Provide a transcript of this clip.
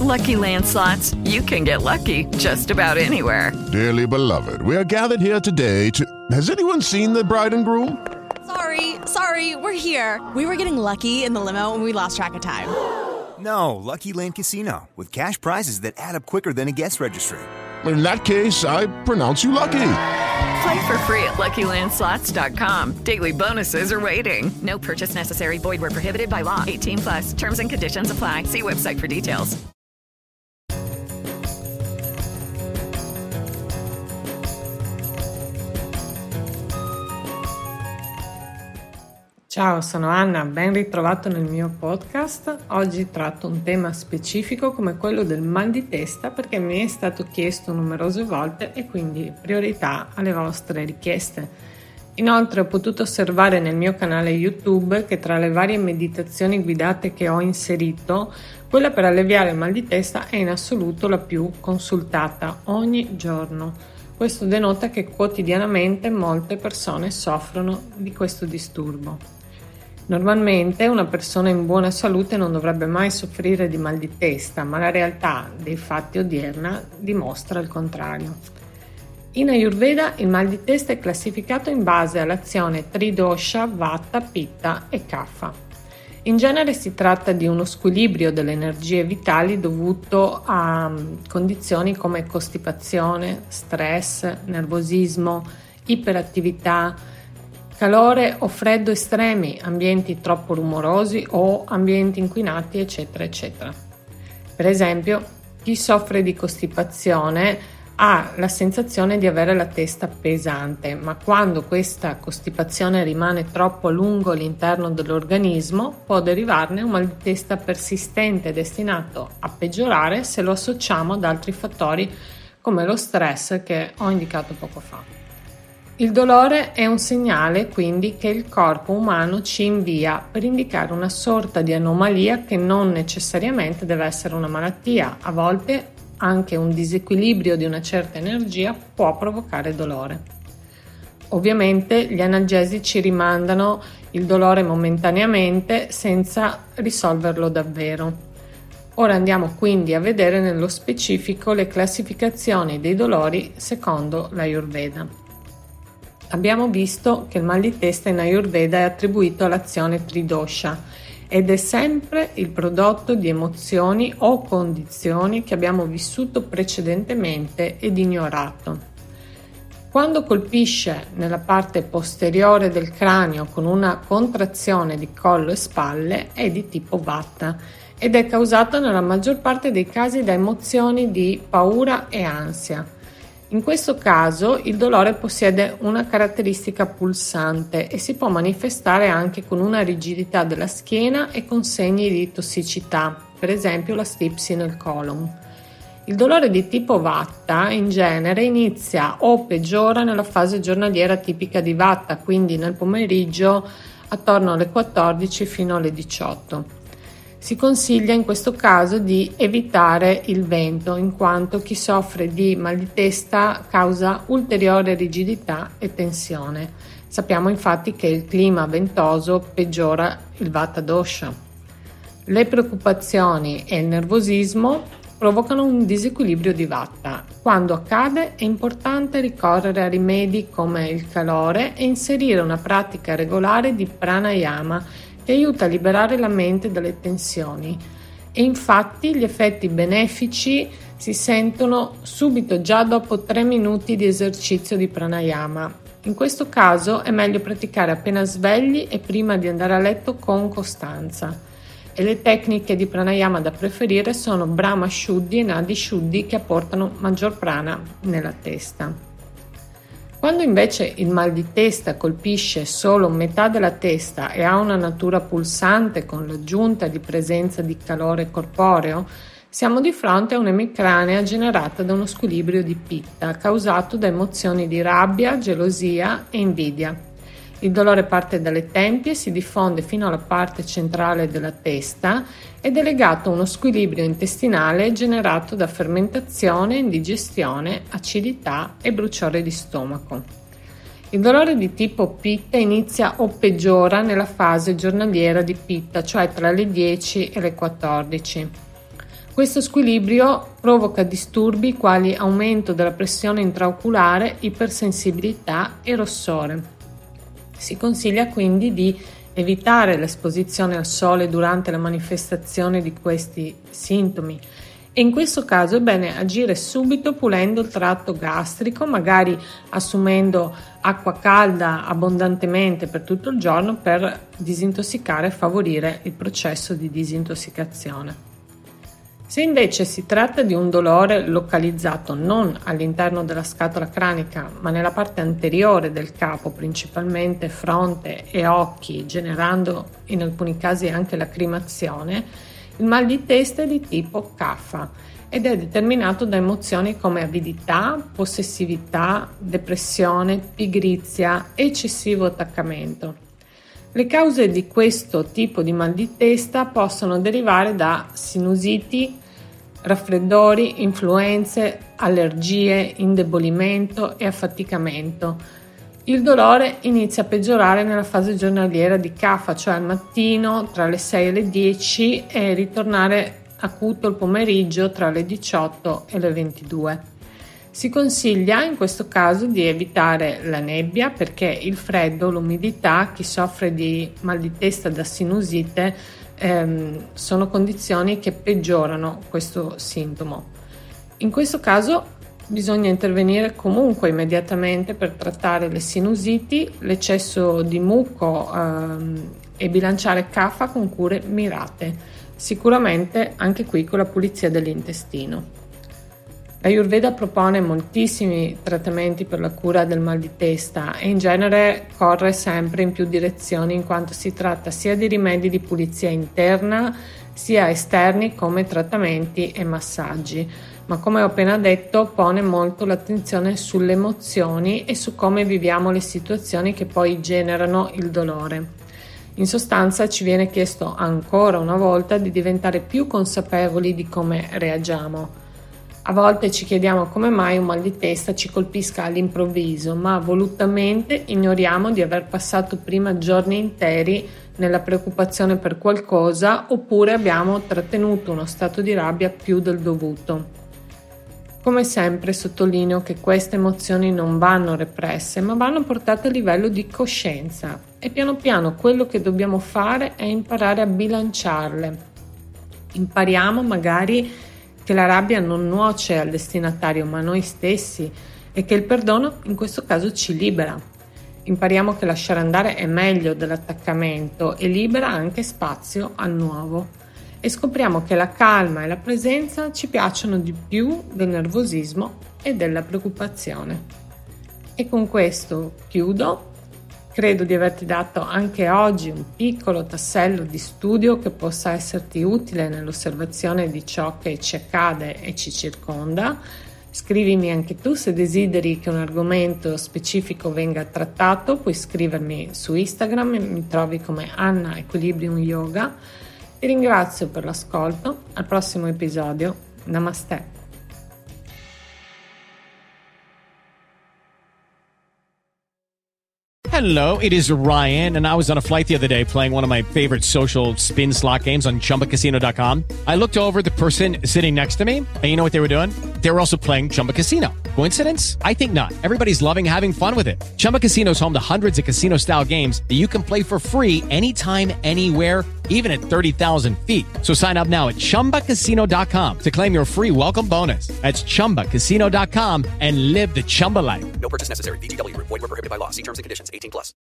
Lucky Land Slots, you can get lucky just about anywhere. Dearly beloved, we are gathered here today to... Has anyone seen the bride and groom? Sorry, we're here. We were getting lucky in the limo and we lost track of time. No, Lucky Land Casino, with cash prizes that add up quicker than a guest registry. In that case, I pronounce you lucky. Play for free at LuckyLandSlots.com. Daily bonuses are waiting. No purchase necessary. Void where prohibited by law. 18+. Terms and conditions apply. See website for details. Ciao, sono Anna, ben ritrovato nel mio podcast. Oggi tratto un tema specifico come quello del mal di testa perché mi è stato chiesto numerose volte e quindi priorità alle vostre richieste. Inoltre ho potuto osservare nel mio canale YouTube che tra le varie meditazioni guidate che ho inserito, quella per alleviare il mal di testa è in assoluto la più consultata ogni giorno. Questo denota che quotidianamente molte persone soffrono di questo disturbo. Normalmente una persona in buona salute non dovrebbe mai soffrire di mal di testa, ma la realtà dei fatti odierna dimostra il contrario. In Ayurveda il mal di testa è classificato in base all'azione Tridosha, Vata, Pitta e Kapha. In genere si tratta di uno squilibrio delle energie vitali dovuto a condizioni come costipazione, stress, nervosismo, iperattività, calore o freddo estremi, ambienti troppo rumorosi o ambienti inquinati, eccetera, eccetera. Per esempio, chi soffre di costipazione ha la sensazione di avere la testa pesante, ma quando questa costipazione rimane troppo a lungo all'interno dell'organismo, può derivarne un mal di testa persistente destinato a peggiorare se lo associamo ad altri fattori come lo stress che ho indicato poco fa. Il dolore è un segnale quindi che il corpo umano ci invia per indicare una sorta di anomalia che non necessariamente deve essere una malattia. A volte anche un disequilibrio di una certa energia può provocare dolore. Ovviamente gli analgesici rimandano il dolore momentaneamente senza risolverlo davvero. Ora andiamo quindi a vedere nello specifico le classificazioni dei dolori secondo l'Ayurveda. Abbiamo visto che il mal di testa in Ayurveda è attribuito all'azione Tridosha ed è sempre il prodotto di emozioni o condizioni che abbiamo vissuto precedentemente ed ignorato. Quando colpisce nella parte posteriore del cranio con una contrazione di collo e spalle è di tipo Vata ed è causato nella maggior parte dei casi da emozioni di paura e ansia. In questo caso il dolore possiede una caratteristica pulsante e si può manifestare anche con una rigidità della schiena e con segni di tossicità, per esempio la stipsi nel colon. Il dolore di tipo Vata in genere inizia o peggiora nella fase giornaliera tipica di Vata, quindi nel pomeriggio attorno alle 14 fino alle 18. Si consiglia in questo caso di evitare il vento, in quanto chi soffre di mal di testa causa ulteriore rigidità e tensione. Sappiamo infatti che il clima ventoso peggiora il Vata dosha. Le preoccupazioni e il nervosismo provocano un disequilibrio di Vata. Quando accade è importante ricorrere a rimedi come il calore e inserire una pratica regolare di pranayama che aiuta a liberare la mente dalle tensioni e infatti gli effetti benefici si sentono subito già dopo 3 minuti di esercizio di pranayama. In questo caso è meglio praticare appena svegli e prima di andare a letto con costanza e le tecniche di pranayama da preferire sono Brahma Shuddhi e Nadi Shuddhi che apportano maggior prana nella testa. Quando invece il mal di testa colpisce solo metà della testa e ha una natura pulsante con l'aggiunta di presenza di calore corporeo, siamo di fronte a un'emicrania generata da uno squilibrio di pitta causato da emozioni di rabbia, gelosia e invidia. Il dolore parte dalle tempie, si diffonde fino alla parte centrale della testa ed è legato a uno squilibrio intestinale generato da fermentazione, indigestione, acidità e bruciore di stomaco. Il dolore di tipo Pitta inizia o peggiora nella fase giornaliera di Pitta, cioè tra le 10 e le 14. Questo squilibrio provoca disturbi quali aumento della pressione intraoculare, ipersensibilità e rossore. Si consiglia quindi di evitare l'esposizione al sole durante la manifestazione di questi sintomi e in questo caso è bene agire subito pulendo il tratto gastrico, magari assumendo acqua calda abbondantemente per tutto il giorno per disintossicare e favorire il processo di disintossicazione. Se invece si tratta di un dolore localizzato non all'interno della scatola cranica, ma nella parte anteriore del capo, principalmente fronte e occhi, generando in alcuni casi anche lacrimazione, il mal di testa è di tipo kapha ed è determinato da emozioni come avidità, possessività, depressione, pigrizia e eccessivo attaccamento. Le cause di questo tipo di mal di testa possono derivare da sinusiti, raffreddori, influenze, allergie, indebolimento e affaticamento. Il dolore inizia a peggiorare nella fase giornaliera di kapha, cioè al mattino tra le 6 e le 10 e ritornare acuto il pomeriggio tra le 18 e le 22. Si consiglia in questo caso di evitare la nebbia perché il freddo, l'umidità, chi soffre di mal di testa da sinusite sono condizioni che peggiorano questo sintomo. In questo caso bisogna intervenire comunque immediatamente per trattare le sinusiti, l'eccesso di muco e bilanciare kapha con cure mirate, sicuramente anche qui con la pulizia dell'intestino. L'Ayurveda propone moltissimi trattamenti per la cura del mal di testa e in genere corre sempre in più direzioni in quanto si tratta sia di rimedi di pulizia interna sia esterni come trattamenti e massaggi, ma come ho appena detto pone molto l'attenzione sulle emozioni e su come viviamo le situazioni che poi generano il dolore. In sostanza ci viene chiesto ancora una volta di diventare più consapevoli di come reagiamo. A volte ci chiediamo come mai un mal di testa ci colpisca all'improvviso, ma volutamente ignoriamo di aver passato prima giorni interi nella preoccupazione per qualcosa oppure abbiamo trattenuto uno stato di rabbia più del dovuto. Come sempre sottolineo che queste emozioni non vanno represse, ma vanno portate a livello di coscienza e piano piano quello che dobbiamo fare è imparare a bilanciarle. Impariamo magari che la rabbia non nuoce al destinatario ma a noi stessi e che il perdono in questo caso ci libera. Impariamo che lasciare andare è meglio dell'attaccamento e libera anche spazio al nuovo. E scopriamo che la calma e la presenza ci piacciono di più del nervosismo e della preoccupazione. E con questo chiudo. Credo di averti dato anche oggi un piccolo tassello di studio che possa esserti utile nell'osservazione di ciò che ci accade e ci circonda. Scrivimi anche tu se desideri che un argomento specifico venga trattato, puoi scrivermi su Instagram, mi trovi come Anna Equilibrium Yoga. Ti ringrazio per l'ascolto, al prossimo episodio, Namaste. Hello, it is Ryan, and I was on a flight the other day playing one of my favorite social spin slot games on ChumbaCasino.com. I looked over at the person sitting next to me, and you know what they were doing? They were also playing Chumba Casino. Coincidence? I think not. Everybody's loving having fun with it. Chumba Casino is home to hundreds of casino-style games that you can play for free anytime, anywhere, even at 30,000 feet. So sign up now at ChumbaCasino.com to claim your free welcome bonus. That's ChumbaCasino.com and live the Chumba life. No purchase necessary. VGW Group. Void where prohibited by law. See terms and conditions. 18+.